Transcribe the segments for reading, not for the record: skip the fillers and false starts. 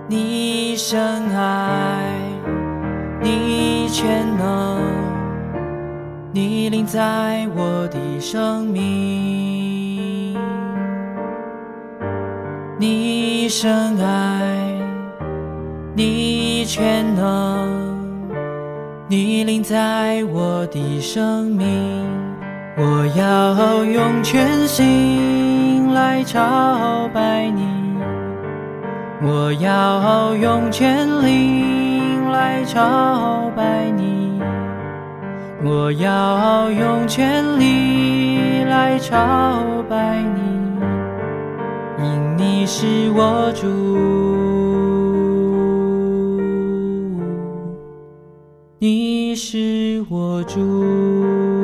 你深爱，你全能，你临在我的生命。你深爱，你全能，你临在我的生命。我要用全心来朝拜你，我要用全灵来朝拜你，我要用全力来朝拜你，因你是我主，你是我主。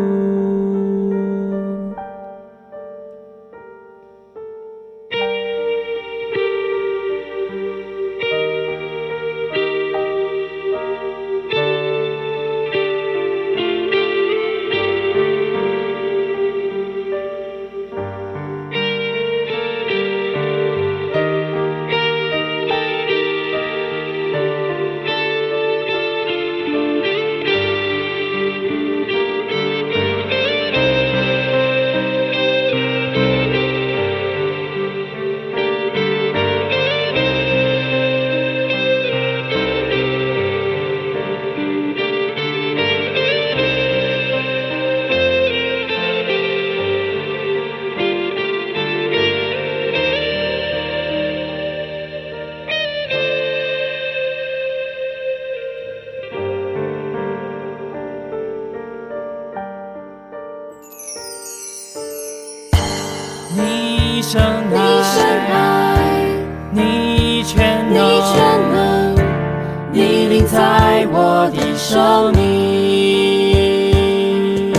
你深爱，你全能，你临在我的生命。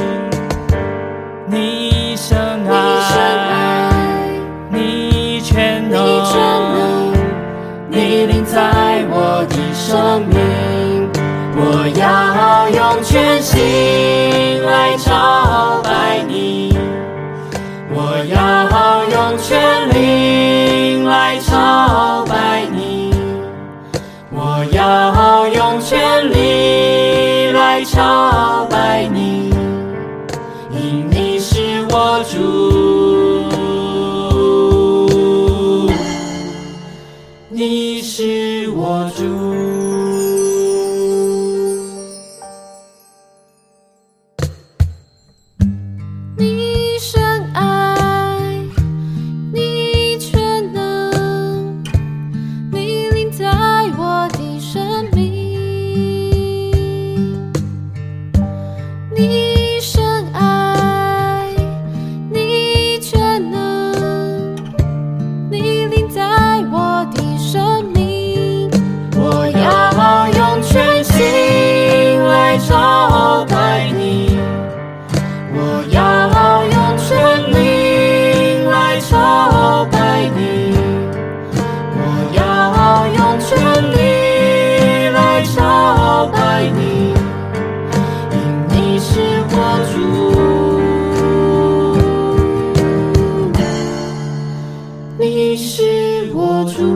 你深爱，你全能，你临在我的生命。我要用全心来朝拜你，我要用全灵来朝拜你，我要用全力来朝拜你，因你是我主，你是我主。你是我主。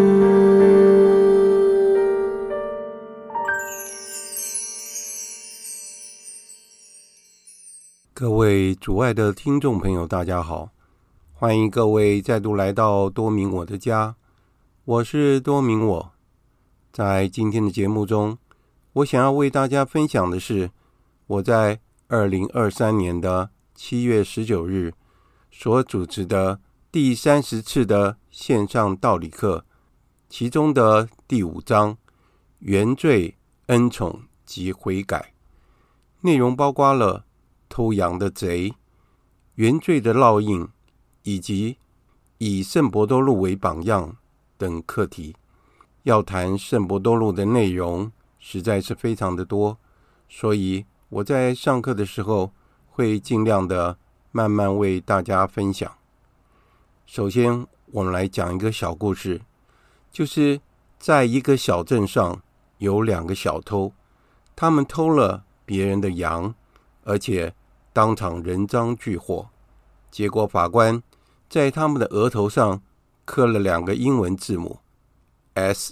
各位主爱的听众朋友，大家好，欢迎各位再度来到多明我的家，我是多明我。在今天的节目中，我想要为大家分享的是我在2023年的7月19日所主持的第30次的线上道理课，其中的第5章原罪、恩宠及悔改，内容包括了偷羊的贼、原罪的烙印，以及以圣伯多禄为榜样等课题。要谈圣伯多禄的内容实在是非常的多，所以我在上课的时候会尽量的慢慢为大家分享。首先我们来讲一个小故事，就是在一个小镇上有2个小偷，他们偷了别人的羊，而且当场人赃俱获。结果法官在他们的额头上刻了2个英文字母 S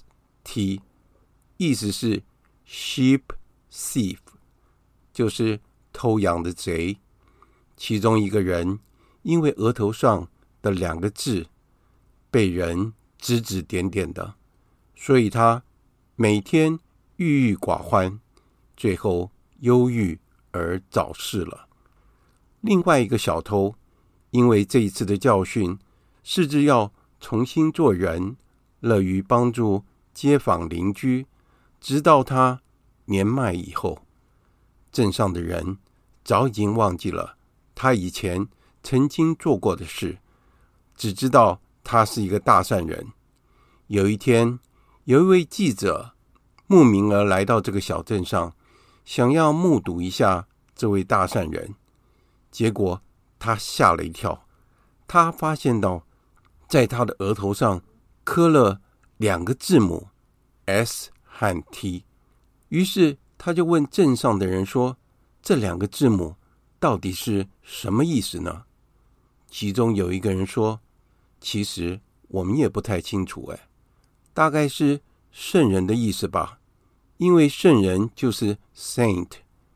T， 意思是 sheep thief， 就是偷羊的贼。其中一个人因为额头上的2个痣被人指指点点的，所以他每天郁郁寡欢，最后忧郁而早逝了。另外一个小偷因为这一次的教训，誓志要重新做人，乐于帮助街坊邻居，直到他年迈以后。镇上的人早已经忘记了他以前曾经做过的事，只知道他是一个大善人。有一天，有一位记者慕名而来到这个小镇上，想要目睹一下这位大善人。结果他吓了一跳，他发现到在他的额头上刻了2个字母 S 和 T。 于是他就问镇上的人说，这2个字母到底是什么意思呢？其中有一个人说，其实我们也不太清楚，大概是圣人的意思吧，因为圣人就是 Saint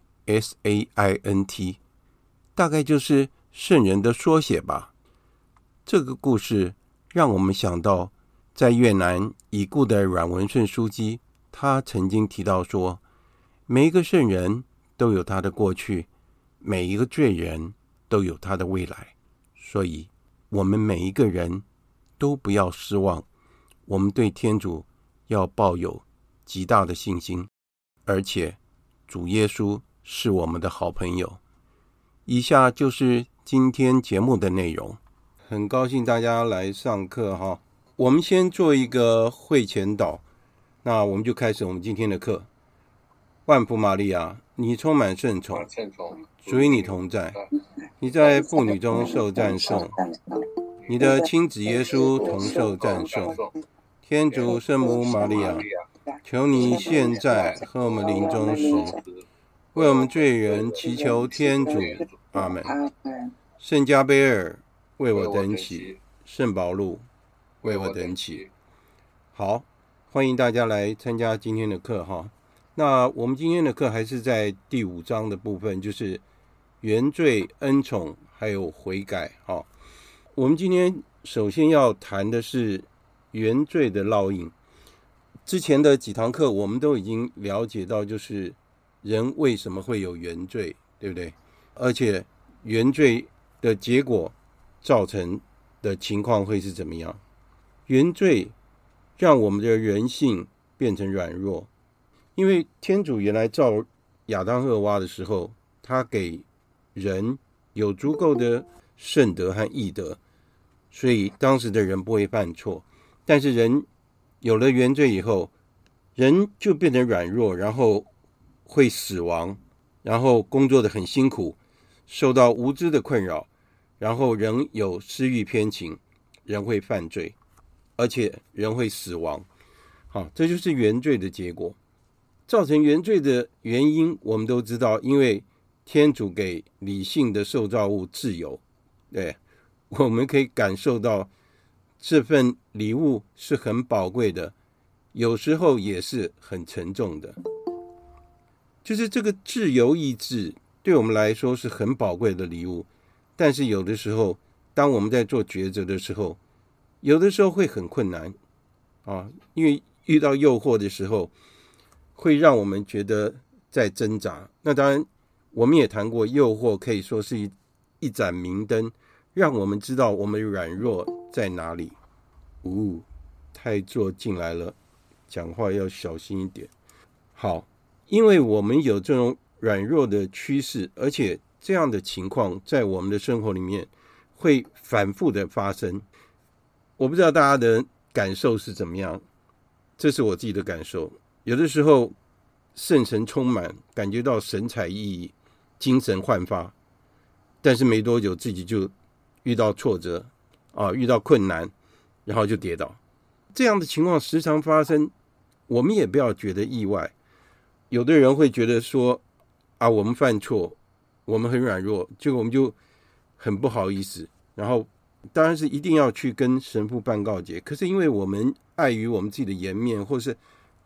S-A-I-N-T， 大概就是圣人的缩写吧。这个故事让我们想到，在越南已故的阮文顺书记，他曾经提到说，每一个圣人都有他的过去，每一个罪人都有他的未来。所以我们每一个人都不要失望，我们对天主要抱有极大的信心，而且主耶稣是我们的好朋友。以下就是今天节目的内容，很高兴大家来上课哈。我们先做一个会前祷，那我们就开始我们今天的课。万福玛利亚，你充满圣宠，主与你同在，你在妇女中受赞颂，你的亲子耶稣同受赞颂。天主圣母玛利亚，求你现在和我们临终时，为我们罪人祈求天主。阿们。圣加贝尔，为我等起。圣保禄，为我等起。好，欢迎大家来参加今天的课哈。那我们今天的课还是在第5章的部分，就是原罪、恩宠还有悔改。我们今天首先要谈的是原罪的烙印。之前的几堂课我们都已经了解到，就是人为什么会有原罪，对不对？而且原罪的结果造成的情况会是怎么样？原罪让我们的人性变成软弱，因为天主原来造亚当厄娃的时候，他给人有足够的圣德和义德，所以当时的人不会犯错。但是人有了原罪以后，人就变成软弱，然后会死亡，然后工作得很辛苦，受到无知的困扰，然后人有私欲偏情，人会犯罪，而且人会死亡。好，这就是原罪的结果。造成原罪的原因我们都知道，因为天主给理性的受造物自由，对，我们可以感受到这份礼物是很宝贵的，有时候也是很沉重的。就是这个自由意志对我们来说是很宝贵的礼物，但是有的时候当我们在做抉择的时候，有的时候会很困难因为遇到诱惑的时候会让我们觉得在挣扎。那当然我们也谈过，诱惑可以说是一盏明灯，让我们知道我们软弱在哪里。太座进来了，讲话要小心一点。好，因为我们有这种软弱的趋势，而且这样的情况在我们的生活里面会反复的发生。我不知道大家的感受是怎么样，这是我自己的感受。有的时候圣神充满，感觉到神采奕奕，精神焕发，但是没多久自己就遇到挫折遇到困难，然后就跌倒。这样的情况时常发生，我们也不要觉得意外。有的人会觉得说我们犯错，我们很软弱，结果我们就很不好意思，然后当然是一定要去跟神父办告解。可是因为我们碍于我们自己的颜面，或是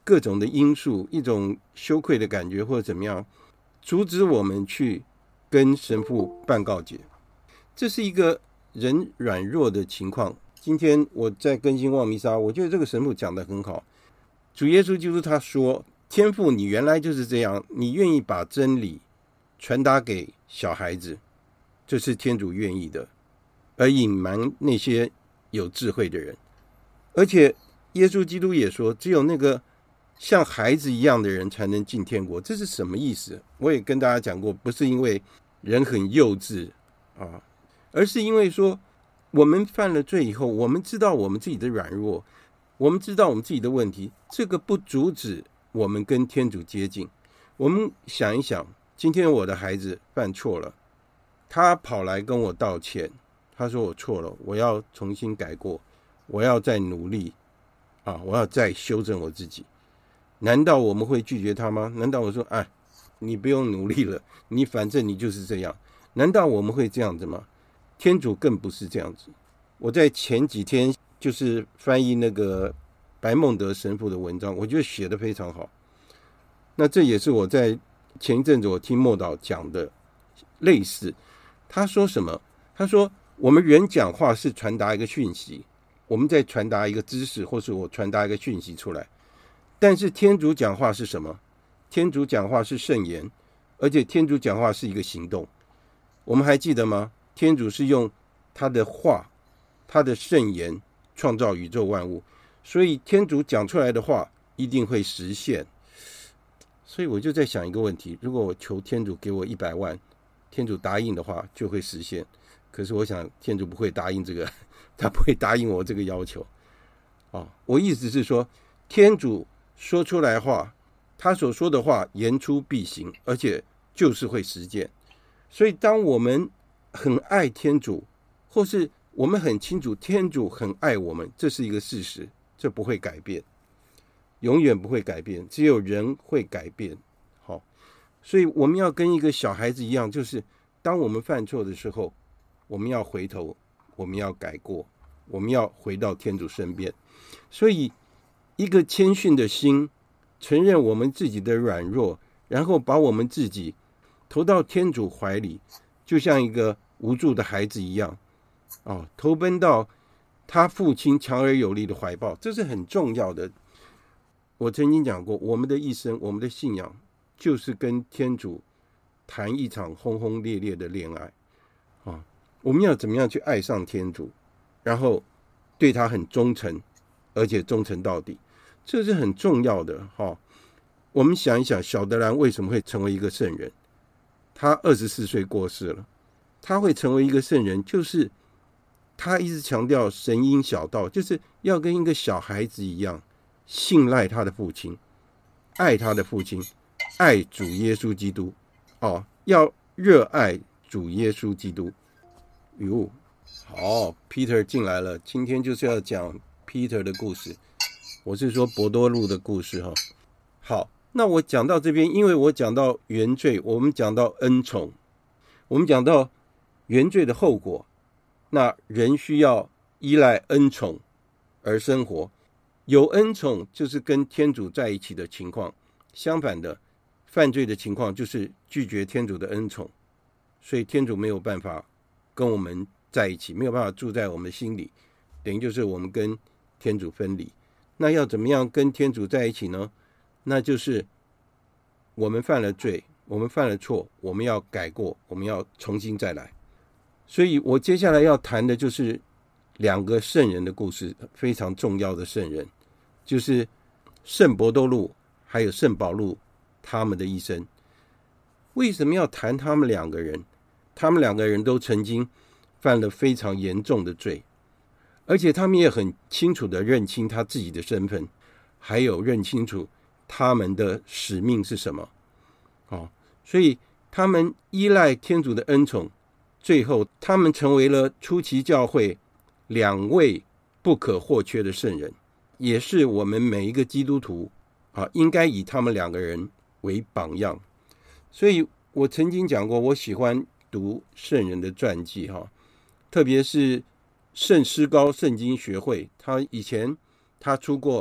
各种的因素，一种羞愧的感觉或者怎么样，阻止我们去跟神父办告解。这是一个人软弱的情况。今天我在更新望弥撒，我觉得这个神父讲得很好。主耶稣基督他说，天父你原来就是这样，你愿意把真理传达给小孩子，这是天主愿意的，而隐瞒那些有智慧的人。而且耶稣基督也说，只有那个像孩子一样的人才能进天国。这是什么意思？我也跟大家讲过，不是因为人很幼稚啊，而是因为说我们犯了罪以后，我们知道我们自己的软弱，我们知道我们自己的问题，这个不阻止我们跟天主接近。我们想一想，今天我的孩子犯错了，他跑来跟我道歉，他说我错了，我要重新改过，我要再努力啊，我要再修正我自己。难道我们会拒绝他吗？难道我说你不用努力了，你反正你就是这样？难道我们会这样子吗？天主更不是这样子。我在前几天就是翻译那个白孟德神父的文章，我觉得写得非常好。那这也是我在前一阵子我听默祷讲的类似。他说什么？他说我们人讲话是传达一个讯息，我们在传达一个知识，或是我传达一个讯息出来。但是天主讲话是什么？天主讲话是圣言，而且天主讲话是一个行动。我们还记得吗？天主是用他的话，他的圣言创造宇宙万物，所以天主讲出来的话一定会实现。所以我就在想一个问题，如果我求天主给我100万，天主答应的话就会实现。可是我想天主不会答应这个，他不会答应我这个要求。我意思是说，天主说出来话，他所说的话言出必行，而且就是会实践。所以当我们很爱天主，或是我们很清楚天主很爱我们，这是一个事实，这不会改变，永远不会改变，只有人会改变。所以我们要跟一个小孩子一样，就是当我们犯错的时候，我们要回头，我们要改过，我们要回到天主身边。所以一个谦逊的心，承认我们自己的软弱，然后把我们自己投到天主怀里，就像一个无助的孩子一样，投奔到他父亲强而有力的怀抱，这是很重要的。我曾经讲过，我们的一生，我们的信仰就是跟天主谈一场轰轰烈烈的恋爱我们要怎么样去爱上天主，然后对他很忠诚，而且忠诚到底，这是很重要的我们想一想，小德兰为什么会成为一个圣人？他24岁过世了，他会成为一个圣人，就是他一直强调神因小道，就是要跟一个小孩子一样，信赖他的父亲，爱他的父亲，爱主耶稣基督要热爱主耶稣基督。好 Peter 进来了，今天就是要讲 Peter 的故事，我是说伯多禄的故事好，那我讲到这边，因为我讲到原罪，我们讲到恩宠，我们讲到原罪的后果，那人需要依赖恩宠而生活。有恩宠就是跟天主在一起的情况，相反的，犯罪的情况就是拒绝天主的恩宠，所以天主没有办法跟我们在一起，没有办法住在我们心里，等于就是我们跟天主分离。那要怎么样跟天主在一起呢？那就是我们犯了罪，我们犯了错，我们要改过，我们要重新再来。所以我接下来要谈的就是2个圣人的故事，非常重要的圣人，就是圣伯多禄还有圣保禄他们的一生。为什么要谈他们2个人？他们2个人都曾经犯了非常严重的罪，而且他们也很清楚地认清他自己的身份，还有认清楚他们的使命是什么所以他们依赖天主的恩宠，最后他们成为了初期教会2位不可或缺的圣人，也是我们每一个基督徒应该以他们2个人为榜样。所以我曾经讲过，我喜欢读圣人的传记特别是圣诗高圣经学会，他以前他出过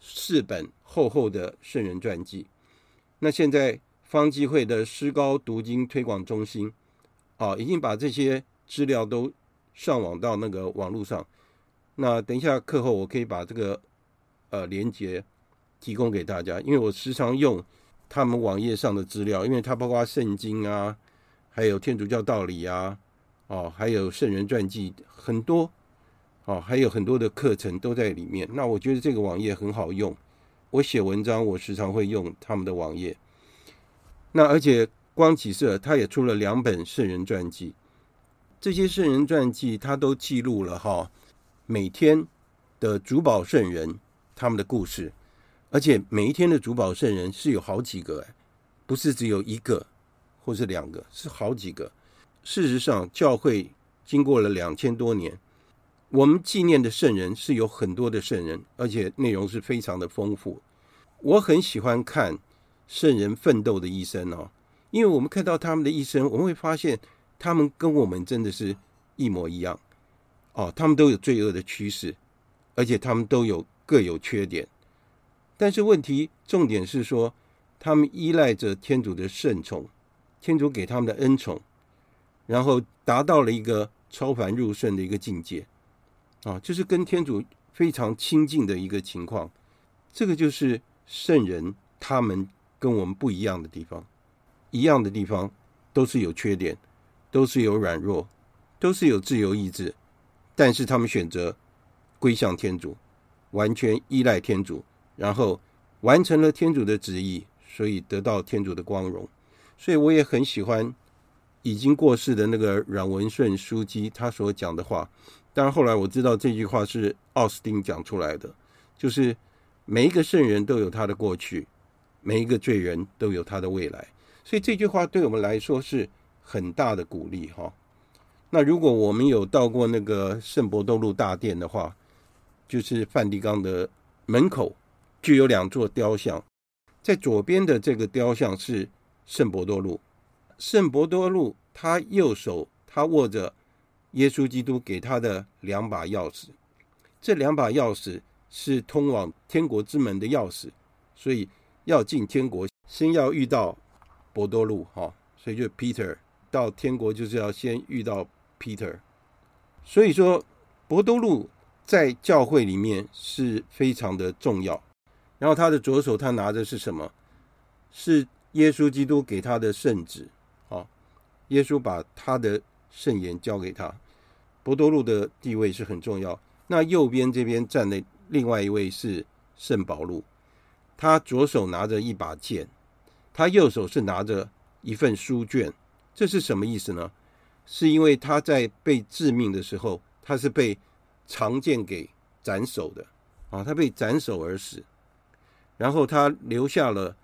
4本厚厚的圣人传记。那现在方济会的诗高读经推广中心已经把这些资料都上网到那个网络上。那等一下课后我可以把这个连结提供给大家，因为我时常用他们网页上的资料，因为它包括圣经啊，还有天主教道理啊，还有圣人传记很多还有很多的课程都在里面。那我觉得这个网页很好用，我写文章我时常会用他们的网页。那而且光启社他也出了2本圣人传记，这些圣人传记他都记录了每天的主保圣人他们的故事，而且每一天的主保圣人是有好几个，不是只有1个或是2个，是好几个。事实上教会经过了2000多年，我们纪念的圣人是有很多的圣人，而且内容是非常的丰富。我很喜欢看圣人奋斗的一生因为我们看到他们的一生，我们会发现他们跟我们真的是一模一样他们都有罪恶的趋势，而且他们都各有缺点。但是重点是说，他们依赖着天主的圣宠，天主给他们的恩宠，然后达到了一个超凡入圣的一个境界就是跟天主非常亲近的一个情况。这个就是圣人他们跟我们不一样的地方。一样的地方都是有缺点，都是有软弱，都是有自由意志，但是他们选择归向天主，完全依赖天主，然后完成了天主的旨意，所以得到天主的光荣。所以我也很喜欢已经过世的那个阮文顺书记他所讲的话。当然后来我知道这句话是奥斯汀讲出来的，就是每一个圣人都有他的过去，每一个罪人都有他的未来。所以这句话对我们来说是很大的鼓励那如果我们有到过那个圣伯多禄大殿的话，就是梵蒂冈的门口就有2座雕像，在左边的这个雕像是圣伯多禄。圣伯多禄他右手他握着耶稣基督给他的2把钥匙，这2把钥匙是通往天国之门的钥匙，所以要进天国先要遇到伯多禄所以就 Peter 到天国就是要先遇到 Peter。 所以说伯多禄在教会里面是非常的重要。然后他的左手他拿的是什么？是耶稣基督给他的圣旨耶稣把他的圣言交给他。伯多禄的地位是很重要。那右边这边站的另外一位是圣保禄，他左手拿着一把剑，他右手是拿着一份书卷。这是什么意思呢？是因为他在被致命的时候，他是被长剑给斩首的他被斩首而死。然后他留下了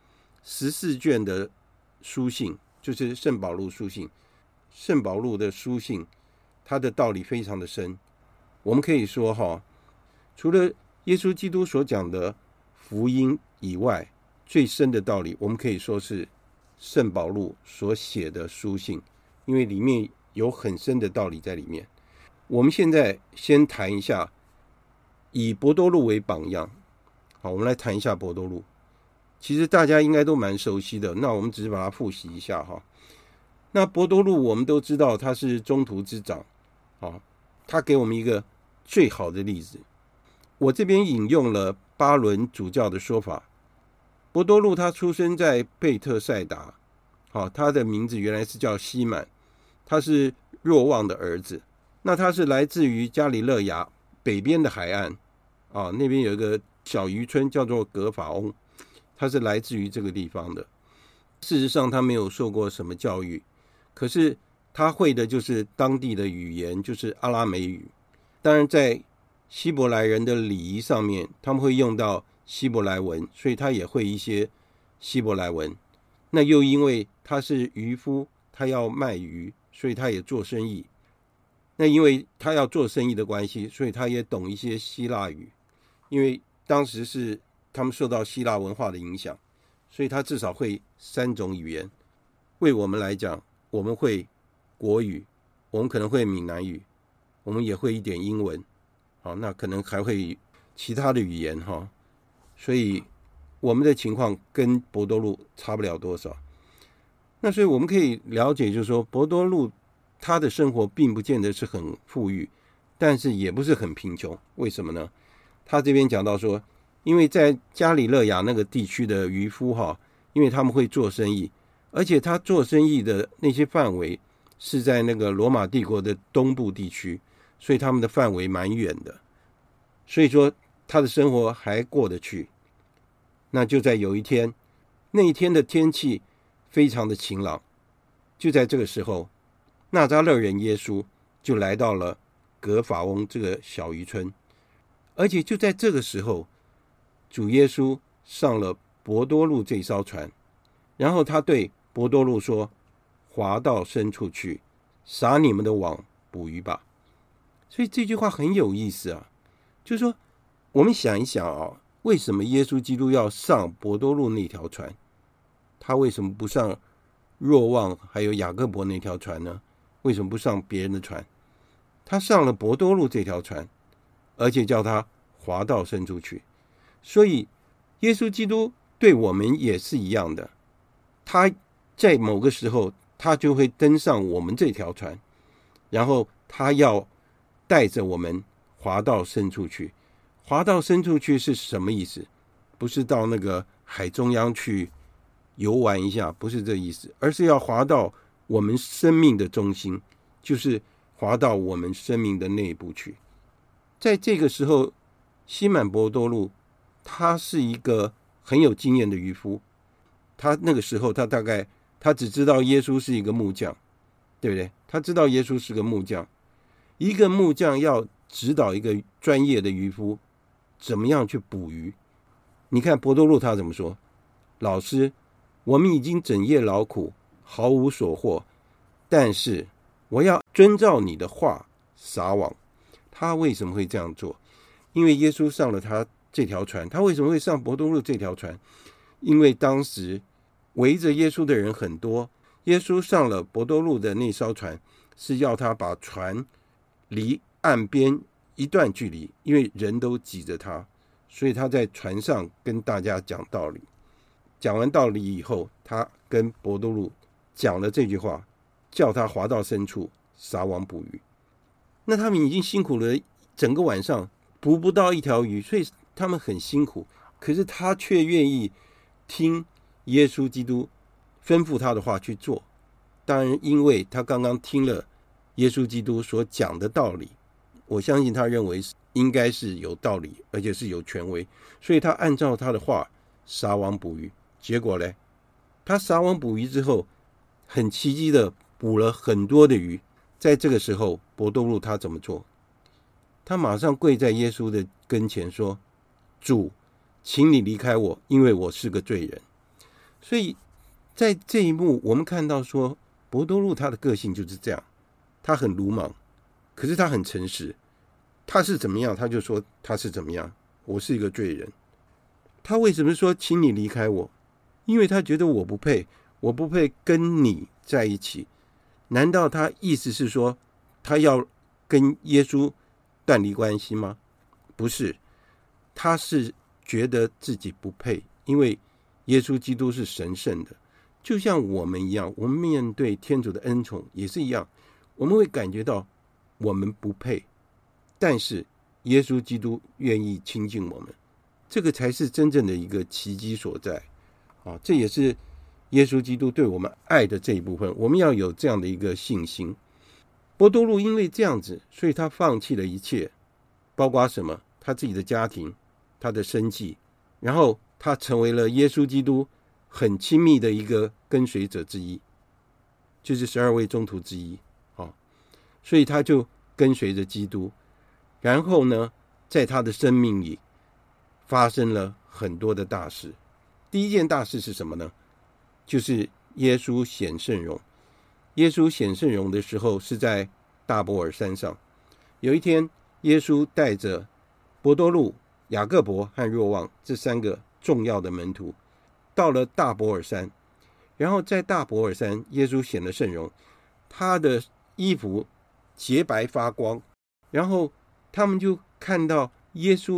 14卷的书信，就是圣保禄书信。圣保禄的书信他的道理非常的深。我们可以说除了耶稣基督所讲的福音以外，最深的道理我们可以说是圣保禄所写的书信，因为里面有很深的道理在里面。我们现在先谈一下，以伯多禄为榜样。好，我们来谈一下伯多禄。其实大家应该都蛮熟悉的，那我们只是把它复习一下那伯多禄我们都知道他是中途之长他给我们一个最好的例子。我这边引用了巴伦主教的说法。伯多禄他出生在贝特赛达他的名字原来是叫西满，他是若望的儿子。那他是来自于加里勒亚北边的海岸那边有一个小渔村叫做格法翁，他是来自于这个地方的。事实上他没有受过什么教育，可是他会的就是当地的语言，就是阿拉美语。当然在希伯来人的礼仪上面他们会用到希伯来文，所以他也会一些希伯来文。那又因为他是渔夫，他要卖鱼，所以他也做生意。那因为他要做生意的关系，所以他也懂一些希腊语，因为当时是他们受到希腊文化的影响，所以他至少会3种语言。为我们来讲，我们会国语，我们可能会闽南语，我们也会一点英文那可能还会其他的语言所以我们的情况跟伯多禄差不了多少。那所以我们可以了解，就是说伯多禄他的生活并不见得是很富裕，但是也不是很贫穷。为什么呢？他这边讲到说，因为在加里肋亚那个地区的渔夫因为他们会做生意，而且他做生意的那些范围是在那个罗马帝国的东部地区，所以他们的范围蛮远的，所以说他的生活还过得去。那就在有一天，那一天的天气非常的晴朗，就在这个时候，纳匝勒人耶稣就来到了革法翁这个小渔村，而且就在这个时候，主耶稣上了伯多禄这艘船，然后他对伯多禄说：划到深处去，撒你们的网捕鱼吧。所以这句话很有意思啊，就是说我们想一想为什么耶稣基督要上伯多禄那条船？他为什么不上若望还有雅各伯那条船呢？为什么不上别人的船？他上了伯多禄这条船，而且叫他划到深处去。所以耶稣基督对我们也是一样的，他在某个时候他就会登上我们这条船，然后他要带着我们划到深处去。划到深处去是什么意思？不是到那个海中央去游玩一下，不是这意思，而是要划到我们生命的中心，就是划到我们生命的内部去。在这个时候，西满伯多禄他是一个很有经验的渔夫，他那个时候他只知道耶稣是一个木匠，对不对？他知道耶稣是个木匠，一个木匠要指导一个专业的渔夫怎么样去捕鱼。你看伯多禄他怎么说？老师，我们已经整夜劳苦，毫无所获，但是我要遵照你的话撒网。他为什么会这样做？因为耶稣上了他这条船。他为什么会上伯多禄这条船？因为当时围着耶稣的人很多，耶稣上了伯多禄的那艘船，是要他把船离岸边一段距离，因为人都挤着他，所以他在船上跟大家讲道理。讲完道理以后，他跟伯多禄讲了这句话，叫他划到深处撒网捕鱼。那他们已经辛苦了整个晚上，捕不到一条鱼，所以他们很辛苦，可是他却愿意听耶稣基督吩咐他的话去做。当然因为他刚刚听了耶稣基督所讲的道理，我相信他认为应该是有道理，而且是有权威，所以他按照他的话撒网捕鱼。结果呢，他撒网捕鱼之后，很奇迹的捕了很多的鱼。在这个时候，伯多禄他怎么做？他马上跪在耶稣的跟前说：主，请你离开我，因为我是个罪人。所以在这一幕我们看到说，伯多禄他的个性就是这样，他很鲁莽，可是他很诚实。他是怎么样他就说他是怎么样，我是一个罪人。他为什么说请你离开我？因为他觉得我不配跟你在一起。难道他意思是说他要跟耶稣断离关系吗？不是，他是觉得自己不配，因为耶稣基督是神圣的，就像我们一样，我们面对天主的恩宠也是一样，我们会感觉到我们不配，但是耶稣基督愿意亲近我们，这个才是真正的一个奇迹所在这也是耶稣基督对我们爱的这一部分，我们要有这样的一个信心。伯多禄因为这样子，所以他放弃了一切，包括什么？他自己的家庭，他的生计，然后他成为了耶稣基督很亲密的一个跟随者之一，就是12位宗徒之一所以他就跟随着基督。然后呢，在他的生命里发生了很多的大事。第一件大事是什么呢？就是耶稣显圣容。耶稣显圣容的时候是在大伯尔山上。有一天，耶稣带着伯多禄、雅各伯和若望这3个重要的门徒到了大伯尔山。然后在大伯尔山，耶稣显了圣容，他的衣服洁白发光，然后他们就看到耶稣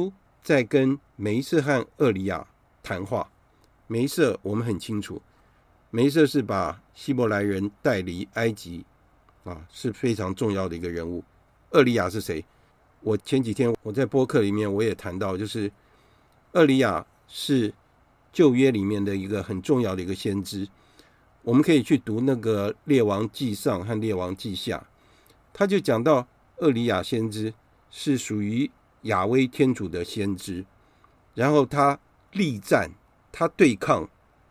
在跟梅瑟和厄里亚谈话。梅瑟我们很清楚，梅瑟是把希伯来人带离埃及是非常重要的一个人物。厄里亚是谁？我前几天我在播客里面我也谈到，就是厄里亚是旧约里面的一个很重要的一个先知。我们可以去读那个列王纪上和列王纪下，他就讲到厄里亚先知是属于亚威天主的先知，然后他力战，他对抗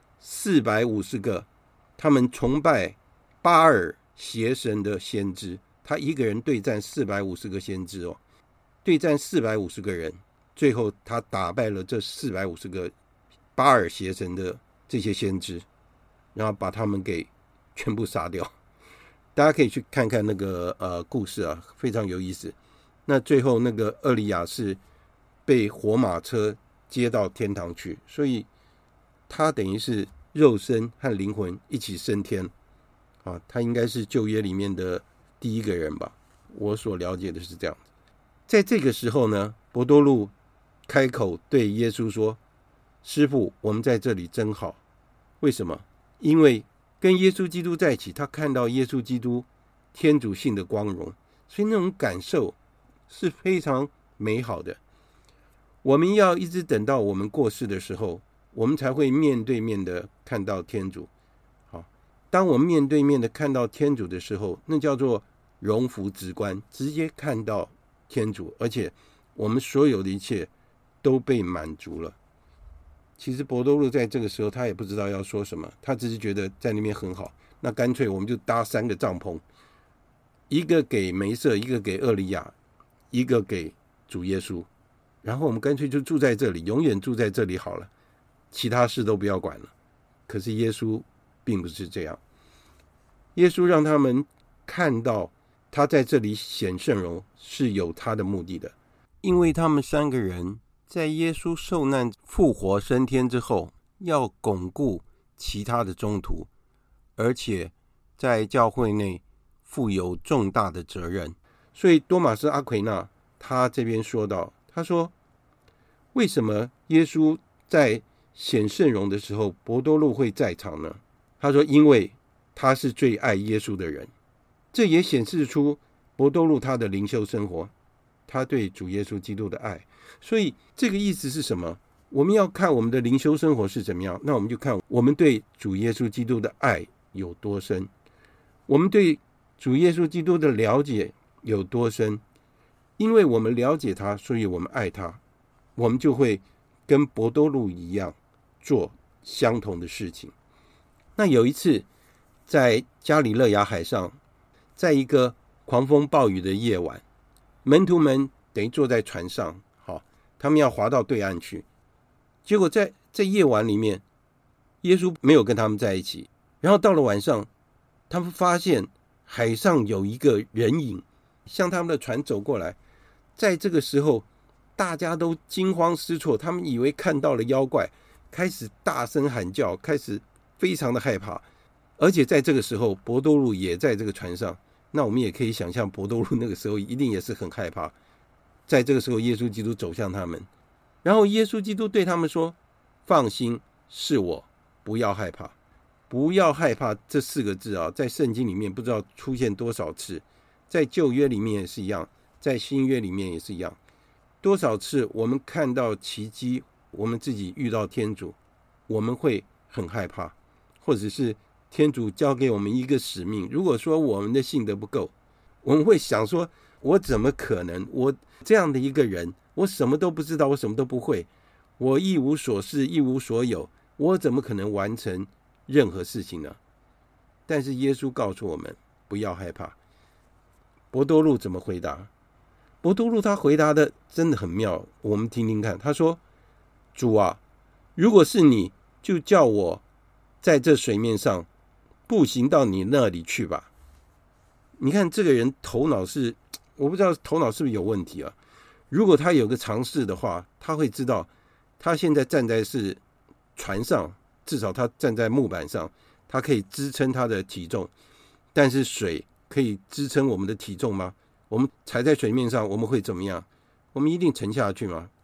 450个他们崇拜巴尔邪神的先知，他一个人对战450个先知对战450个人，最后他打败了这450个巴尔邪神的这些先知，然后把他们给全部杀掉。大家可以去看看那个故事非常有意思。那最后那个厄里亚是被火马车接到天堂去，所以他等于是肉身和灵魂一起升天他应该是旧约里面的第一个人吧，我所了解的是这样。在这个时候呢，伯多禄开口对耶稣说，师父，我们在这里真好。为什么？因为跟耶稣基督在一起，他看到耶稣基督天主性的光荣，所以那种感受是非常美好的。我们要一直等到我们过世的时候，我们才会面对面的看到天主。当我们面对面的看到天主的时候，那叫做荣福直观，直接看到天主，而且我们所有的一切都被满足了。其实伯多禄在这个时候他也不知道要说什么，他只是觉得在那边很好，那干脆我们就搭3个帐篷，一个给梅瑟，一个给厄里亚，一个给主耶稣，然后我们干脆就住在这里，永远住在这里好了，其他事都不要管了。可是耶稣并不是这样，耶稣让他们看到他在这里显圣容是有他的目的的，因为他们3个人在耶稣受难复活升天之后，要巩固其他的宗徒，而且在教会内负有重大的责任。所以多马斯阿奎那他这边说到，他说为什么耶稣在显圣容的时候伯多禄会在场呢？他说因为他是最爱耶稣的人。这也显示出伯多禄他的灵修生活，他对主耶稣基督的爱。所以这个意思是什么？我们要看我们的灵修生活是怎么样，那我们就看我们对主耶稣基督的爱有多深，我们对主耶稣基督的了解有多深。因为我们了解他，所以我们爱他，我们就会跟伯多禄一样做相同的事情。那有一次在加里肋亚海上，在一个狂风暴雨的夜晚，门徒们等于坐在船上，他们要划到对岸去。结果在夜晚里面，耶稣没有跟他们在一起。然后到了晚上，他们发现海上有一个人影向他们的船走过来。在这个时候，大家都惊慌失措，他们以为看到了妖怪，开始大声喊叫，开始非常的害怕。而且在这个时候，伯多禄也在这个船上，那我们也可以想象伯多禄那个时候一定也是很害怕。在这个时候，耶稣基督走向他们，然后耶稣基督对他们说，放心，是我，不要害怕。不要害怕这4个字在圣经里面不知道出现多少次，在旧约里面也是一样，在新约里面也是一样。多少次我们看到奇迹，我们自己遇到天主，我们会很害怕，或者是天主交给我们一个使命，如果说我们的信德不够，我们会想说，我怎么可能，我这样的一个人，我什么都不知道，我什么都不会，我一无所事，一无所有，我怎么可能完成任何事情呢？但是耶稣告诉我们不要害怕。伯多禄怎么回答？伯多禄他回答的真的很妙，我们听听看。他说，主啊，如果是你，就叫我在这水面上步行到你那里去吧。你看这个人头脑是，我不知道头脑是不是有问题啊。如果他有个常识的话，他会知道他现在站在是船上，至少他站在木板上，他可以支撑他的体重。但是水可以支撑我们的体重吗？我们踩在水面上，我们会怎么样？我们一定沉下去吗？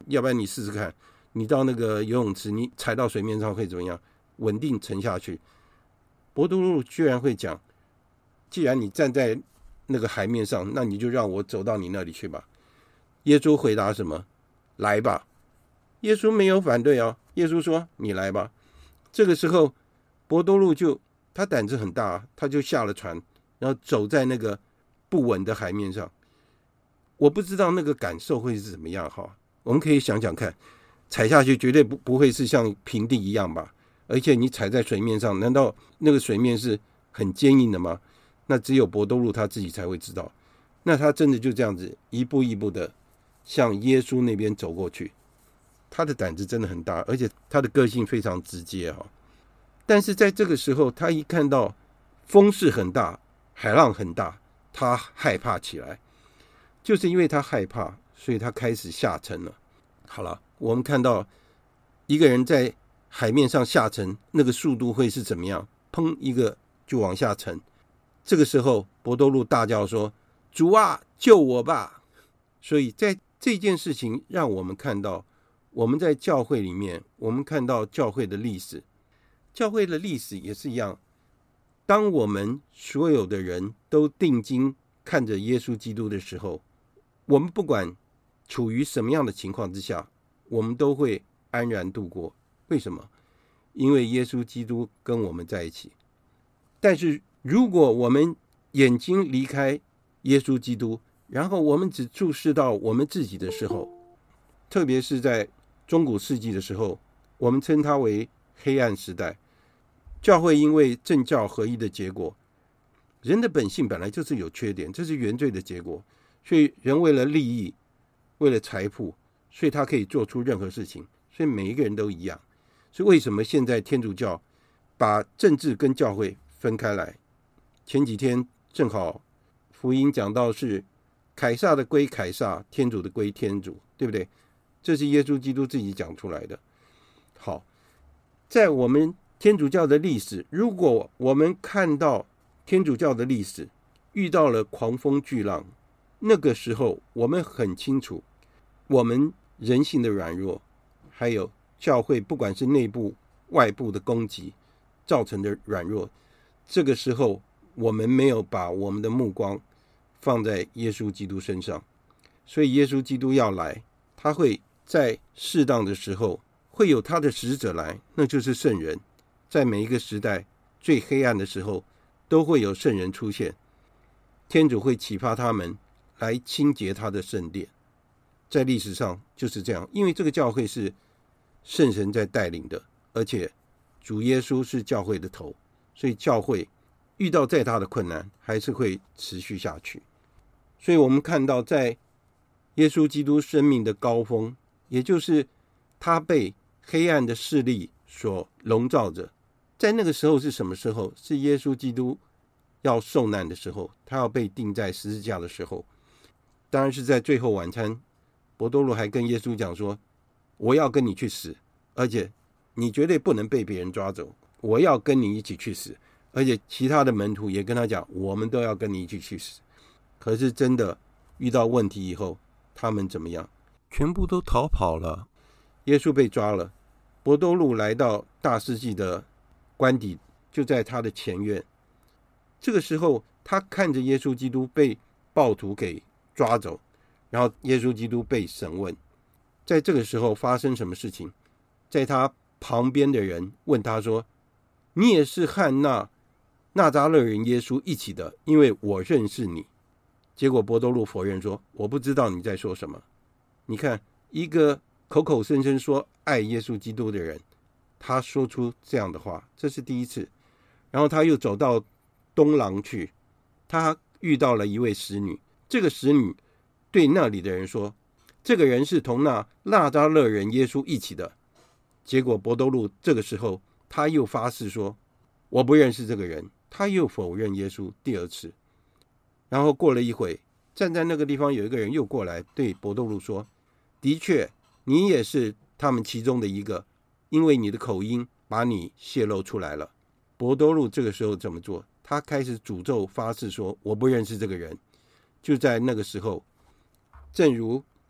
要不然你试试看，你到那个游泳池，你踩到水面上会怎么样？稳定沉下去。伯多禄居然会讲，既然你站在那个海面上，那你就让我走到你那里去吧。耶稣回答什么？来吧。耶稣没有反对哦，耶稣说你来吧。这个时候伯多禄他胆子很大，他就下了船，然后走在那个不稳的海面上。我不知道那个感受会是怎么样哈。我们可以想想看，踩下去绝对不会是像平地一样吧？而且你踩在水面上，难道那个水面是很坚硬的吗？那只有伯多禄他自己才会知道。那他真的就这样子一步一步的向耶稣那边走过去。他的胆子真的很大，而且他的个性非常直接哈。但是在这个时候，他一看到风势很大，海浪很大，他害怕起来。就是因为他害怕，所以他开始下沉了。好了，我们看到一个人在海面上下沉，那个速度会是怎么样？砰一个就往下沉。这个时候伯多禄大叫说，主啊，救我吧。所以在这件事情让我们看到，我们在教会里面，我们看到教会的历史。教会的历史也是一样，当我们所有的人都定睛看着耶稣基督的时候，我们不管处于什么样的情况之下，我们都会安然度过。为什么？因为耶稣基督跟我们在一起。但是如果我们眼睛离开耶稣基督，然后我们只注视到我们自己的时候，特别是在中古世纪的时候，我们称它为黑暗时代。教会因为政教合一的结果，人的本性本来就是有缺点，这是原罪的结果。所以人为了利益，为了财富，所以他可以做出任何事情，所以每一个人都一样。所以为什么现在天主教把政治跟教会分开来？前几天正好福音讲到是凯撒的归凯撒，天主的归天主，对不对？这是耶稣基督自己讲出来的。好，在我们天主教的历史，如果我们看到天主教的历史遇到了狂风巨浪，那个时候我们很清楚我们人性的软弱，还有教会不管是内部外部的攻击造成的软弱。这个时候我们没有把我们的目光放在耶稣基督身上，所以耶稣基督要来，他会在适当的时候会有他的使者来，那就是圣人。在每一个时代最黑暗的时候都会有圣人出现，天主会启发他们来清洁他的圣殿。在历史上就是这样，因为这个教会是圣神在带领的，而且主耶稣是教会的头，所以教会遇到再大的困难还是会持续下去。所以我们看到在耶稣基督生命的高峰，也就是他被黑暗的势力所笼罩着，在那个时候是什么时候？是耶稣基督要受难的时候，他要被钉在十字架的时候。当然是在最后晚餐，伯多禄还跟耶稣讲说，我要跟你去死，而且你绝对不能被别人抓走，我要跟你一起去死。而且其他的门徒也跟他讲，我们都要跟你一起去死。可是真的遇到问题以后，他们怎么样？全部都逃跑了。耶稣被抓了，伯多禄来到大司祭的官邸，就在他的前院。这个时候他看着耶稣基督被暴徒给抓走，然后耶稣基督被审问。在这个时候发生什么事情？在他旁边的人问他说，你也是和纳匝勒人耶稣一起的，因为我认识你。结果伯多禄否认说，我不知道你在说什么。你看，一个口口声声说爱耶稣基督的人，他说出这样的话，这是第一次。然后他又走到东廊去，他遇到了一位使女，这个使女对那里的人说，这个人是同纳匝勒人耶稣一起的。结果伯多禄这个时候他又发誓说，我不认识这个人，他又否认耶稣第二次。然后过了一会，站在那个地方有一个人又过来对伯多禄说，的确你也是他们其中的一个，因为你的口音把你泄露出来了。伯多禄这个时候怎么做？他开始诅咒发誓说，我不认识这个人。就在那个时候，正如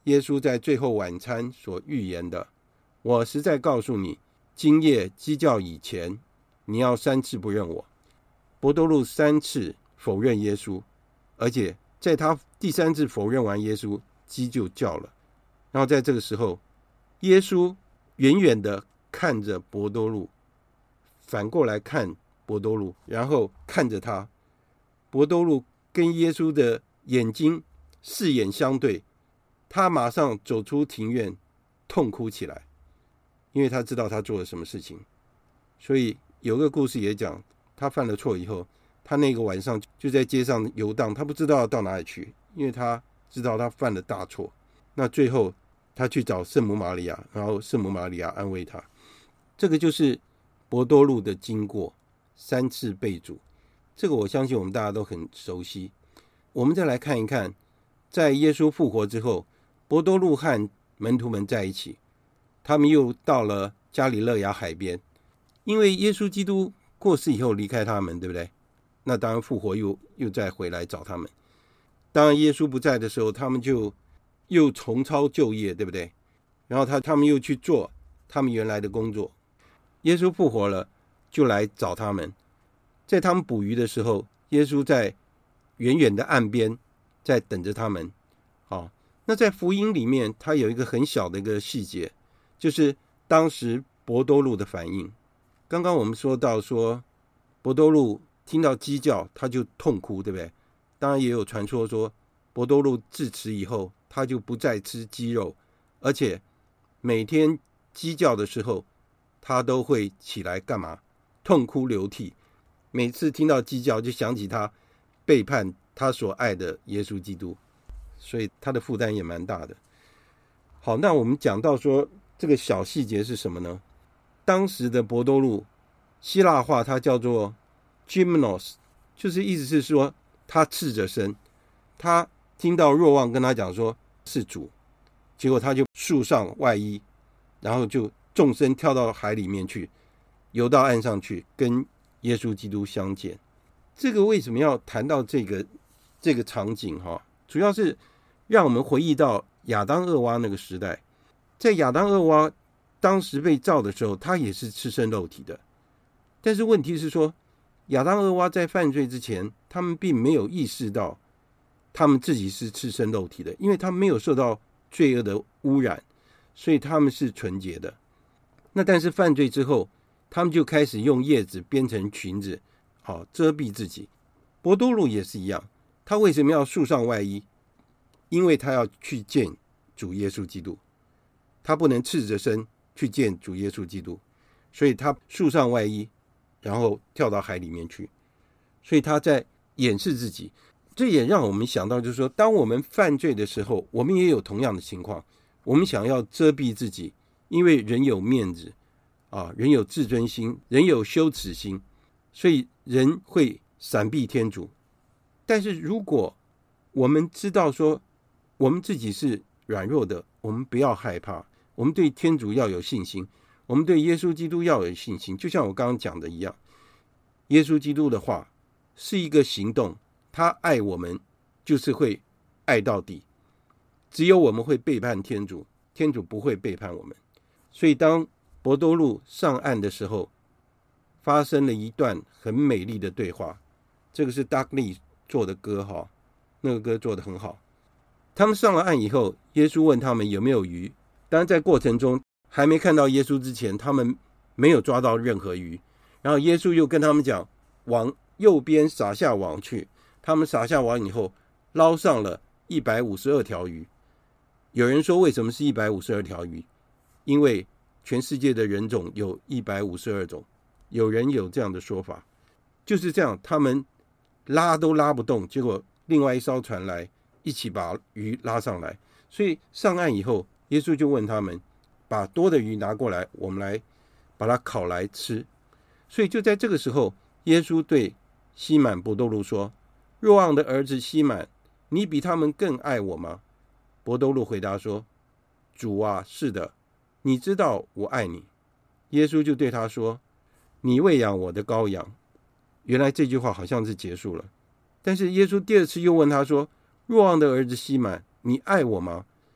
耶稣在最后晚餐所预言的，我实在告诉你，今夜鸡叫以前，你要3次不认我。伯多禄3次否认耶稣，而且在他第3次否认完耶稣，鸡就叫了。然后在这个时候，耶稣远远的看着伯多禄，反过来看伯多禄，然后看着他。伯多禄跟耶稣的眼睛四眼相对，他马上走出庭院，痛哭起来，因为他知道他做了什么事情。所以有个故事也讲，他犯了错以后，他那个晚上就在街上游荡，他不知道要到哪里去，因为他知道他犯了大错。那最后他去找圣母玛利亚，然后圣母玛利亚安慰他。这个就是伯多禄的经过，3次被主，这个我相信我们大家都很熟悉。我们再来看一看，在耶稣复活之后，伯多禄和门徒们在一起，他们又到了加里肋亚海边，因为耶稣基督过世以后离开他们，对不对？那当然复活又再回来找他们。当然耶稣不在的时候，他们就又重操旧业，对不对？然后他们又去做他们原来的工作。耶稣复活了，就来找他们。在他们捕鱼的时候，耶稣在远远的岸边在等着他们。那在福音里面，他有一个很小的一个细节，就是当时伯多禄的反应。刚刚我们说到说，伯多禄听到鸡叫他就痛哭，对不对？当然也有传说说，伯多禄自此以后他就不再吃鸡肉，而且每天鸡叫的时候他都会起来干嘛？痛哭流涕。每次听到鸡叫就想起他背叛他所爱的耶稣基督，所以他的负担也蛮大的。好，那我们讲到说这个小细节是什么呢？当时的伯多禄，希腊话它叫做 gymnos， 就是意思是说他赤着身。他听到若望跟他讲说是主，结果他就束上外衣，然后就纵身跳到海里面去，游到岸上去跟耶稣基督相见。这个为什么要谈到这个场景？主要是让我们回忆到亚当厄娃那个时代。在亚当厄娃当时被造的时候，他也是赤身肉体的。但是问题是说，亚当厄娃在犯罪之前，他们并没有意识到他们自己是赤身肉体的，因为他们没有受到罪恶的污染，所以他们是纯洁的。那但是犯罪之后，他们就开始用叶子编成裙子，遮蔽自己。伯多禄也是一样，他为什么要束上外衣？因为他要去见主耶稣基督，他不能赤着身去见主耶稣基督，所以他束上外衣，然后跳到海里面去。所以他在掩饰自己。这也让我们想到，就是说，当我们犯罪的时候，我们也有同样的情况，我们想要遮蔽自己，因为人有面子人有自尊心，人有羞耻心，所以人会闪避天主。但是如果我们知道说我们自己是软弱的，我们不要害怕，我们对天主要有信心，我们对耶稣基督要有信心。就像我刚刚讲的一样，耶稣基督的话是一个行动，他爱我们就是会爱到底。只有我们会背叛天主，天主不会背叛我们。所以当伯多禄上岸的时候，发生了一段很美丽的对话。这个是 Doug Lee 做的歌，那个歌做得很好。他们上了岸以后，耶稣问他们有没有鱼。当然在过程中还没看到耶稣之前，他们没有抓到任何鱼。然后耶稣又跟他们讲，往右边撒下网去。他们撒下网以后，捞上了152条鱼。有人说为什么是152条鱼？因为全世界的人种有152种，有人有这样的说法。就是这样，他们拉都拉不动，结果另外一艘船来一起把鱼拉上来。所以上岸以后，耶稣就问他们，把多的鱼拿过来，我们来把它烤来吃。所以就在这个时候，耶稣对西满伯多禄说，若望的儿子西满，你比他们更爱我吗？伯多禄回答说，主啊，是的，你知道我爱你。耶稣就对他说，你喂养我的羔羊。原来这句话好像是结束了，但是耶稣第二次又问他说，若望的儿子西满，你爱我吗？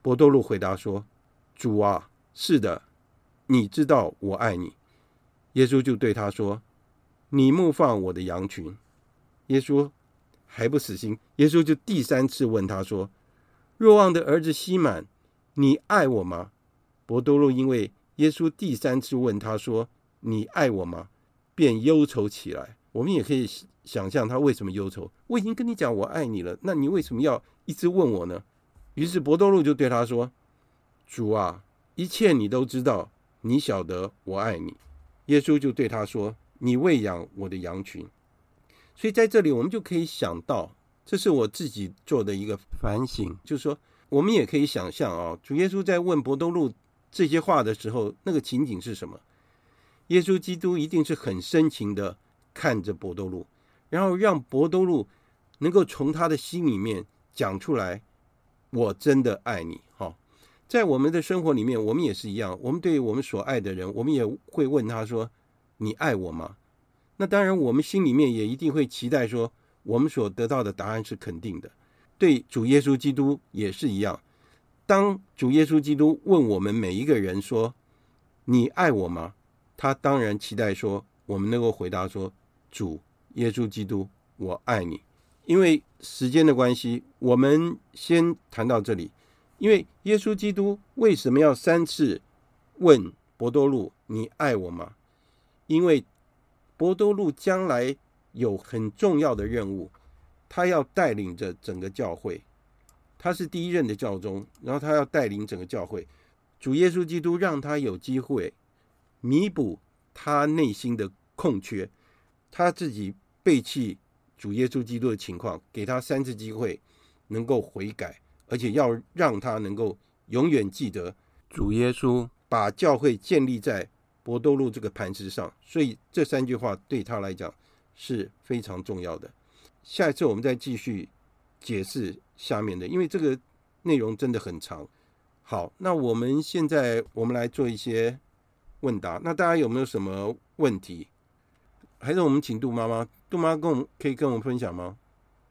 伯多禄回答说：主啊，是的，你知道我爱你。耶稣就对他说：你牧放我的羊群。耶稣还不死心，耶稣就第3次问他说：若望的儿子西满，你爱我吗？伯多禄因为耶稣第3次问他说：你爱我吗？便忧愁起来。我们也可以想象他为什么忧愁，我已经跟你讲我爱你了，那你为什么要一直问我呢？于是伯多禄就对他说：主啊，一切你都知道，你晓得我爱你。耶稣就对他说：你喂养我的羊群。所以在这里我们就可以想到，这是我自己做的一个反省，就是说我们也可以想象主耶稣在问伯多禄这些话的时候，那个情景是什么？耶稣基督一定是很深情的看着伯多禄，然后让伯多禄能够从他的心里面讲出来，我真的爱你。在我们的生活里面，我们也是一样，我们对我们所爱的人，我们也会问他说：你爱我吗？那当然我们心里面也一定会期待说，我们所得到的答案是肯定的。对主耶稣基督也是一样，当主耶稣基督问我们每一个人说：你爱我吗？他当然期待说我们能够回答说：主耶稣基督，我爱你。因为时间的关系，我们先谈到这里。因为耶稣基督为什么要3次问伯多禄：你爱我吗？因为伯多禄将来有很重要的任务，他要带领着整个教会，他是第1任的教宗，然后他要带领整个教会。主耶稣基督让他有机会弥补他内心的空缺，他自己背弃主耶稣基督的情况，给他3次机会能够悔改，而且要让他能够永远记得主耶稣把教会建立在伯多禄这个磐石上，所以这3句话对他来讲是非常重要的。下一次我们再继续解释下面的，因为这个内容真的很长。好，那我们现在来做一些问答，那大家有没有什么问题？还是我们请杜妈妈，杜妈可以跟我们分享吗？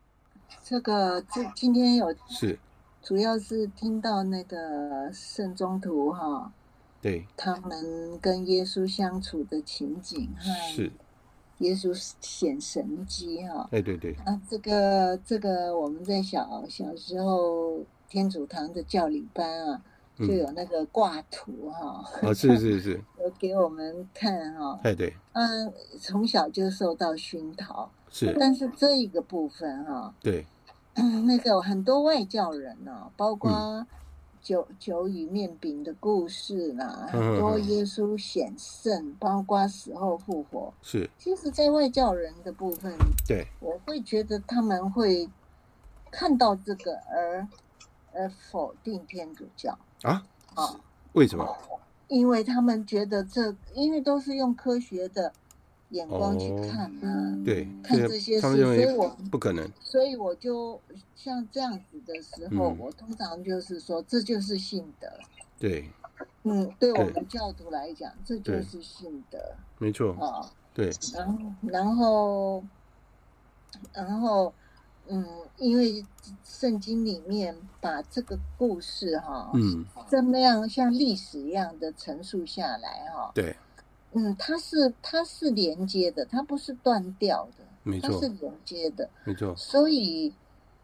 今天有是主要是听到那个圣宗徒对， 他们跟耶稣相处的情景， 是耶稣显神迹对对对。 这个我们在小时候天主堂的教理班就有那个挂图是有给我们看对， 从小就受到熏陶， 是。 但是这一个部分对， 那个很多外教人包括酒与面饼的故事啦，很多耶稣显圣，包括死后复活。 是。 其实在外教人的部分， 对， 我会觉得他们会看到这个而否定天主教为什么？ 因为他们觉得因为都是用科学的眼光去看对， 看这些事，所以我不可能。 所以我就像这样子的时候，我通常就是说，这就是信德。 对， 对我们教徒来讲，这就是信德， 没错对。 然后，因为圣经里面把这个故事这么样像历史一样的陈述下来对。 它是连接的，它不是断掉的， 没错， 它是连接的， 没错。 所以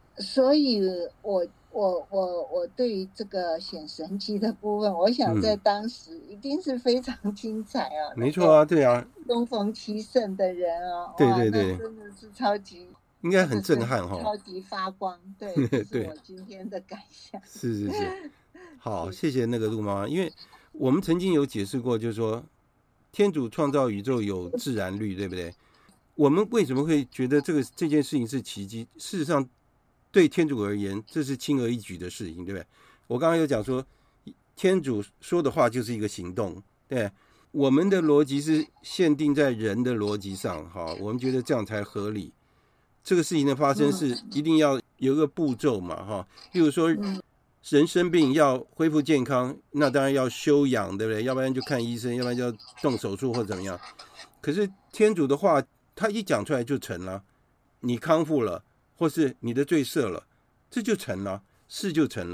我对于这个显神迹的部分，我想在当时一定是非常精彩没错对东逢其盛的人对对对， 那真的是超级， 应该很震撼超级发光。对，这是我今天的感想。 是。好，谢谢那个陆妈妈，因为我们曾经有解释过，就是说天主创造宇宙有自然律，对不对？我们为什么会觉得这件事情是奇迹？事实上，对天主而言，这是轻而易举的事情，对不对？我刚刚有讲说，天主说的话就是一个行动，对。我们的逻辑是限定在人的逻辑上，我们觉得这样才合理。这个事情的发生是一定要有一个步骤嘛，例如说人生病要恢复健康，那当然要休养，对不对？要不然就看医生，要不然就要动手术或怎么样。可是天主的话，他一讲出来就成了，你康复了，或是你的罪赦了，这就成了，事就成了。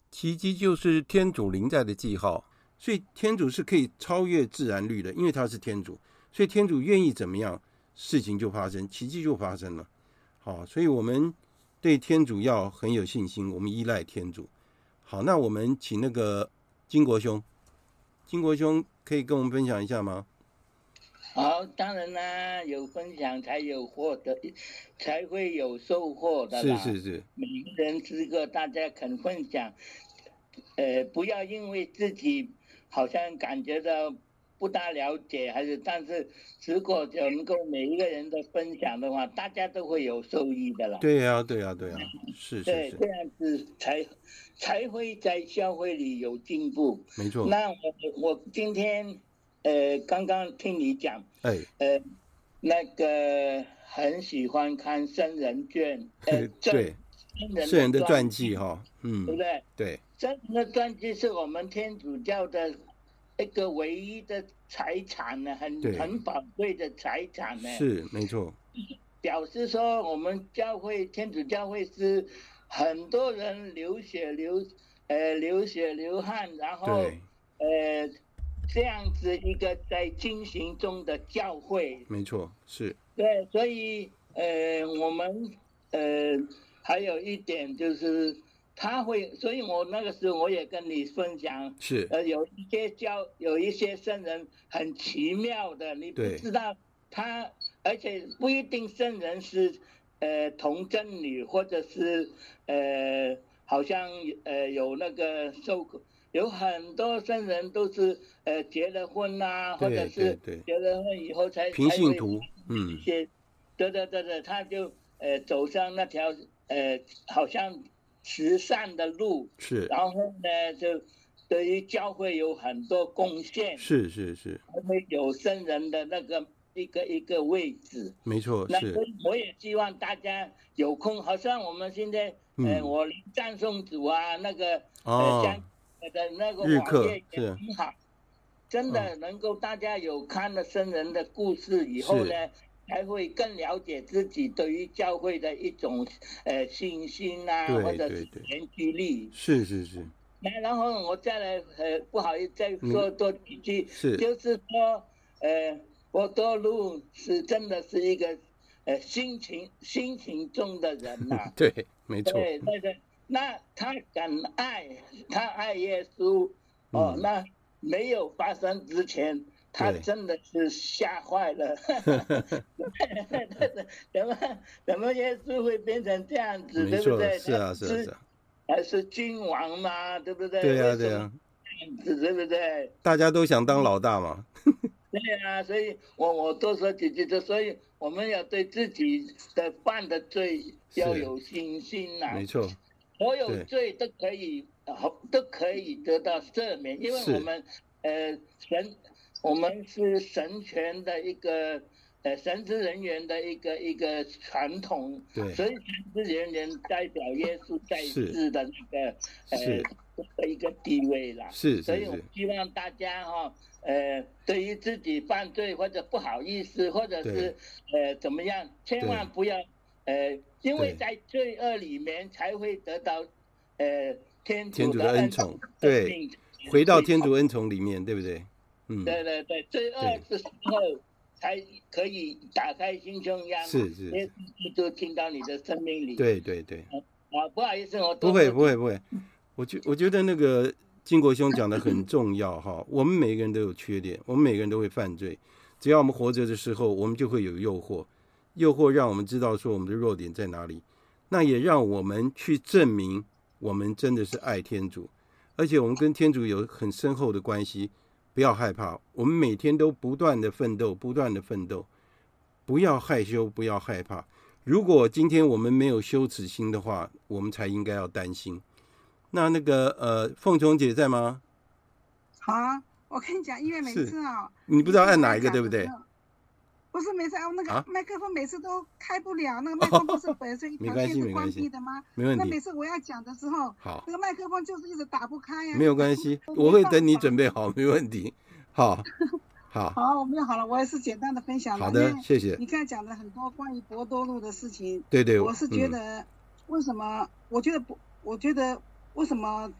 奇迹就是天主临在的记号，所以天主是可以超越自然律的，因为他是天主，所以天主愿意怎么样，事情就发生，奇迹就发生了。好，所以我们对天主要很有信心，我们依赖天主。好，那我们请那个金国兄可以跟我们分享一下吗？ 好，当然啦，有分享才有获得，才会有收获的啦。 是， 每个人之个，大家肯分享，不要因为自己好像感觉到不大了解，但是如果能够每一个人的分享的话，大家都会有受益的啦。 对啊，是。 对，这样子才会在教会里有进步。 没错。 那我今天刚刚听你讲，那个很喜欢看圣人卷， 对，圣人的传记哈， 对不对？ 对， 圣人的传记是我们天主教的一个唯一的财产呢，很宝贵的财产呢。 是，没错。 表示说，我们天主教会是很多人流血流汗，然后这样子一个在进行中的教会。 没错，是。 对，所以我们还有一点就是所以我那个时候我也跟你分享， 是有一些圣人很奇妙的，你不知道他，而且不一定圣人是童贞女，或者是好像有那个有很多圣人都是结了婚啊，或者是结了婚以后才平信徒， 对，他就走上那条好像慈善的路， 是， 然后呢就对于教会有很多贡献， 是， 会有圣人的那个一个位置， 没错。 那我也希望大家有空，好像我们现在我临赞颂主啊，那个的那个网页也很好，真的能够大家有看了圣人的故事以后呢，才会更了解自己对于教会的一种信心啊，或者是凝聚力。 是。 然后我再来不好意思再说多几句，就是说波多禄是真的是一个心情重的人呐。 对，没错。 对，那他爱耶稣那没有发生之前，他真的是吓坏了。怎么耶稣会变成这样子，对不对？ 是啊。 还是君王嘛，对不对？ 对啊。 这样子，对不对？ 大家都想当老大嘛。 对啊，所以我多说几句，所以我们要对自己的犯的罪要有信心呐。 没错。 所有罪都可以得到赦免，因为我们我们是神权的一个神职人员的一个传统，所以神职人员代表耶稣在世的那个一个地位啦。所以我希望大家对于自己犯罪或者不好意思，或者是怎么样，千万不要因为在罪恶里面才会得到天主的恩宠， 对，回到天主恩宠里面，对不对？ 对，罪恶的时候才可以打开心胸扉，耶稣基督进到你的生命里。 对。 不好意思，我不会。我觉得那个金国兄讲的很重要哈。我们每个人都有缺点，我们每个人都会犯罪。只要我们活着的时候，我们就会有诱惑让我们知道说我们的弱点在哪里，那也让我们去证明我们真的是爱天主，而且我们跟天主有很深厚的关系。不要害怕，我们每天都不断的奋斗，不要害羞，不要害怕。如果今天我们没有羞耻心的话，我们才应该要担心。那个凤琼姐在吗？ 好啊，我跟你讲，因为每次你不知道按哪一个，对不对？ 不是每次那个麦克风每次都开不了，那个麦克风不是本身一条线是关闭的吗？ 没问题。 那每次我要讲的时候，那个麦克风就是一直打不开呀。 没有关系，我会等你准备好，没问题。好， 我们好了，我也是简单的分享了。 好的，谢谢。 你刚才讲了很多关于博多禄的事情， 对， 我是觉得为什么？我觉得为什么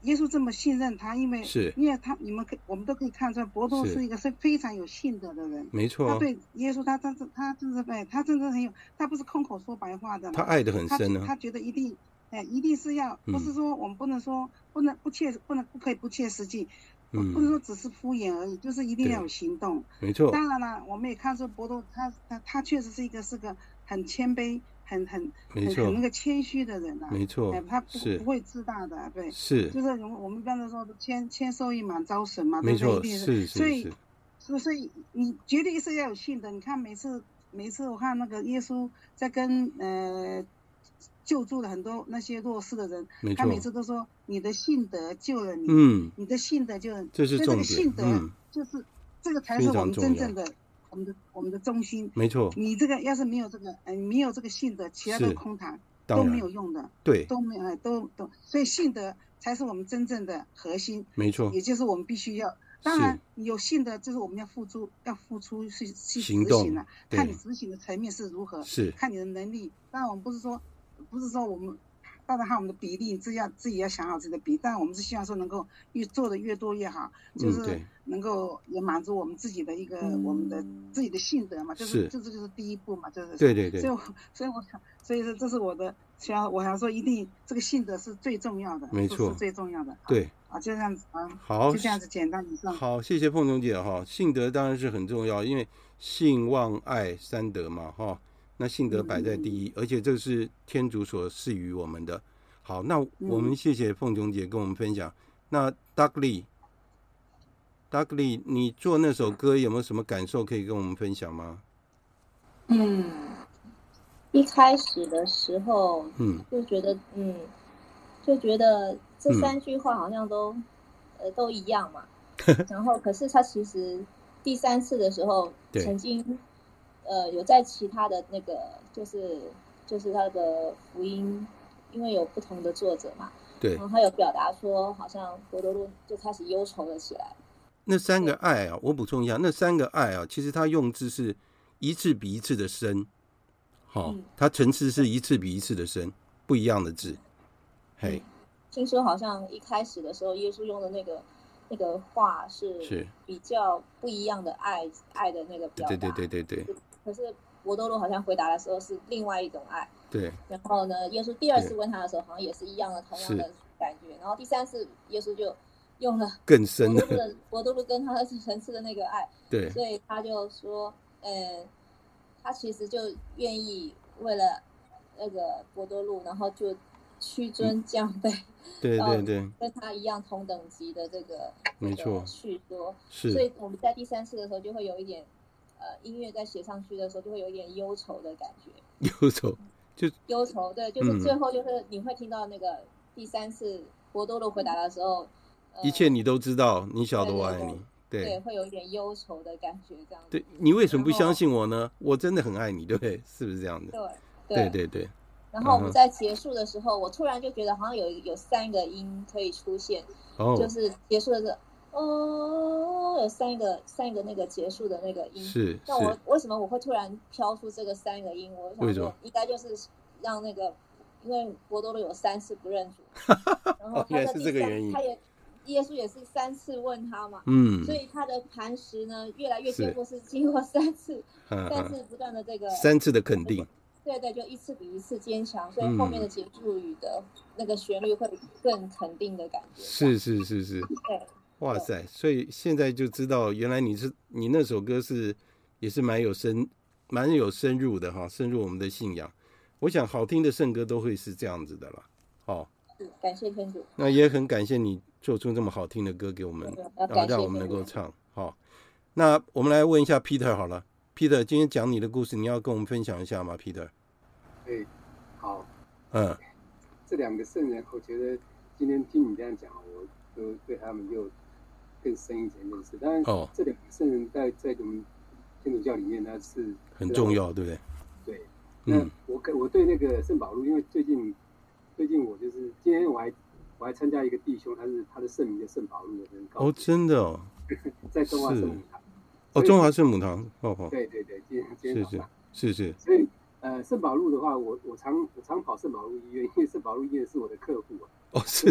耶稣这么信任他，因为我们都可以看出来，伯多禄是一个非常有信德的人， 没错。 他对耶稣他真的很有，他不是空口说白话的， 他爱得很深他觉得一定是要，不是说我们不能说不可以不切实际，不能说只是敷衍而已，就是一定要有行动。 没错。 当然了，我们也看出伯多他确实是一个很谦卑。很那个谦虚的人啊， 没错， 他不会自大的，对， 是， 就是我们一般都说谦受益满招损嘛， 没错， 对， 是， 所以你绝对是要有信的。你看每次我看那个耶稣在跟救助了很多那些弱势的人，他每次都说你的信德救了你，你的信德救了你， 这是重点， 信德就是这个才是我们真正的。我们的中心， 没错。 你这个要是没有这个，没有这个信德，其他都空谈，都没有用的， 对， 都没有，都，所以信德才是我们真正的核心， 没错。 也就是我们必须要，当然有信德，就是我们要付出去执行了，看你执行的层面是如何， 是看你的能力。当然我们不是说我们。当然，看我们的比例，自己要想好自己的比例。但我们是希望说能够做的越多越好，就是能够也满足我们自己的一个我们的自己的信德嘛，就是第一步嘛，就是。 对。 所以说这是我的我想说，一定这个信德是最重要的， 没错， 是最重要的。 对啊，就这样子啊。 好， 就这样子简单以上。 好，谢谢凤中姐哈。信德当然是很重要，因为信望爱三德嘛哈。那信德摆在第一，而且这是天主所赐予我们的。好，那我们谢谢凤琼姐跟我们分享。那 Dudley， 你做那首歌有没有什么感受可以跟我们分享吗？ 一开始的时候，就觉得这3句话好像都一样嘛。然后，可是他其实第3次的时候，曾经有在其他的那个就是他的福音，因为有不同的作者嘛， 对， 然后他有表达说，好像伯多禄就开始忧愁了起来。 那3个爱啊，我补充一下，那3个爱啊，其实他用字是一次比一次的深，它层次是一次比一次的深，不一样的字。嘿， 听说好像一开始的时候，耶稣用的那个话是比较不一样的爱的那个表达。 对。 可是伯多禄好像回答的时候是另外一种爱。 对。 然后呢，耶稣第2次问他的时候，好像也是一样的，同样的感觉。然后第3次，耶稣就用了更深的伯多禄跟他的层次的那个爱。 对。 所以他就说，他其实就愿意为了那个伯多禄，然后就屈尊降卑， 对， 跟他一样同等级的这个没错叙说。 是。 所以我们在第3次的时候就会有一点音乐在写上去的时候就会有一点忧愁的感觉。忧愁，对，就是最后就是你会听到那个第3次伯多禄回答的时候， 一切你都知道，你晓得我爱你。 对，会有一点忧愁的感觉，这样子。 对，你为什么不相信我呢？我真的很爱你，对不对？是不是这样的？对。 然后我们在结束的时候，我突然就觉得好像有3个音可以出现，就是结束的时候，有三个那个结束的那个音。 是。 那我为什么我会突然飘出这个3个音？我想说应该就是让那个，因为伯多禄有3次不认主，然后他的第3，他也。耶稣也是3次问他嘛，所以他的磐石呢越来越坚固，是经过3次不断的这个 3次的肯定， 对，就一次比一次坚强，所以后面的结束语的那个旋律会更肯定的感觉。 是， 对， 哇塞！所以现在就知道，原来你那首歌也是蛮有深入的哈，深入我们的信仰。我想好听的圣歌都会是这样子的啦， 感谢天主。 那也很感谢你做出这么好听的歌给我们，然后让我们能够唱。好，那我们来问一下 Peter 好了。Peter， 今天讲你的故事，你要跟我们分享一下吗 ？Peter？ 好。这2个圣人，我觉得今天听你这样讲，我都对他们又更深一层认识。当然，这2个圣人在我们天主教里面，那是很重要，对不对？ 对。那我对那个圣保禄，因为最近我就是今天我还参加一个弟兄，他的圣名叫圣保禄的人告真的哦， 在中华圣母堂中华圣母堂对，今天早上是。 所以圣保禄的话，我常跑圣保禄医院，因为圣保禄医院是我的客户所以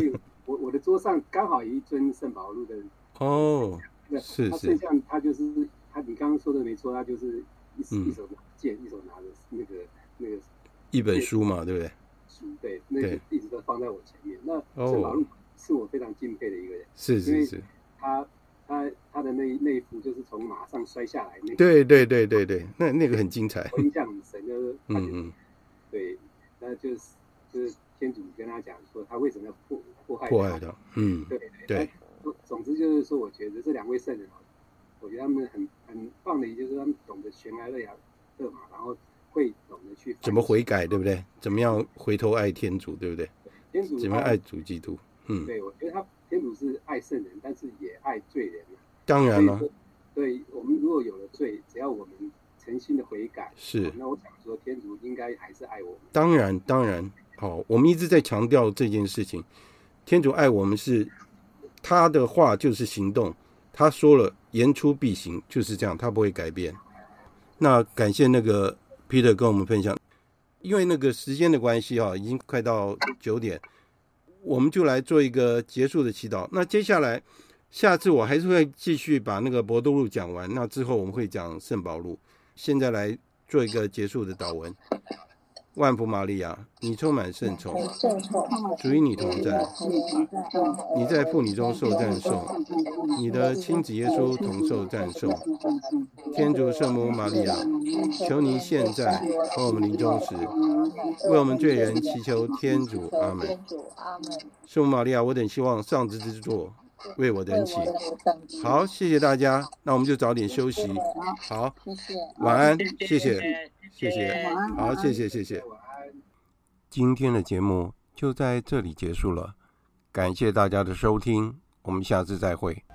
我的桌上刚好有一尊圣保禄的哦，是他圣像，他就是他，你刚刚说的没错，他就是一手拿剑，一手拿着那个一本书嘛，对不对？ 书对，那个一直都放在我前面。那圣保禄是我非常敬佩的一个人， 是， 他的那一幅就是从马上摔下来那个， 对，那个很精彩， 我印象很深，就是对，那就是天主跟他讲说他为什么要迫害他，对。总之就是说，我觉得这两位圣人，我觉得他们很棒的，也就是他们懂得悬崖勒马，然后会懂得去怎么悔改，对不对？怎么样回头爱天主，对不对？ 天主怎么样爱主基督？ 对，我觉得天主是爱圣人，但是也爱罪人。 当然了， 对，我们如果有了罪，只要我们诚心的悔改， 是， 那我想说，天主应该还是爱我们。 当然，好，我们一直在强调这件事情，天主爱我们是。他的话就是行动，他说了言出必行，就是这样，他不会改变。那感谢那个 Peter 跟我们分享，因为那个时间的关系已经快到9点，我们就来做一个结束的祈祷。那接下来下次我还是会继续把那个伯多禄讲完，那之后我们会讲圣保禄。现在来做一个结束的祷文。万福玛利亚，你充满圣宠，主与你同在，你在妇女中受赞颂，你的亲子耶稣同受赞颂。天主圣母玛利亚，求您现在和我们临终时，为我们罪人祈求天主。阿门。圣母玛利亚，我等希望上智之作，为我等祈。好，谢谢大家，那我们就早点休息。好，晚安，谢谢。好，谢谢。今天的节目就在这里结束了，感谢大家的收听，我们下次再会。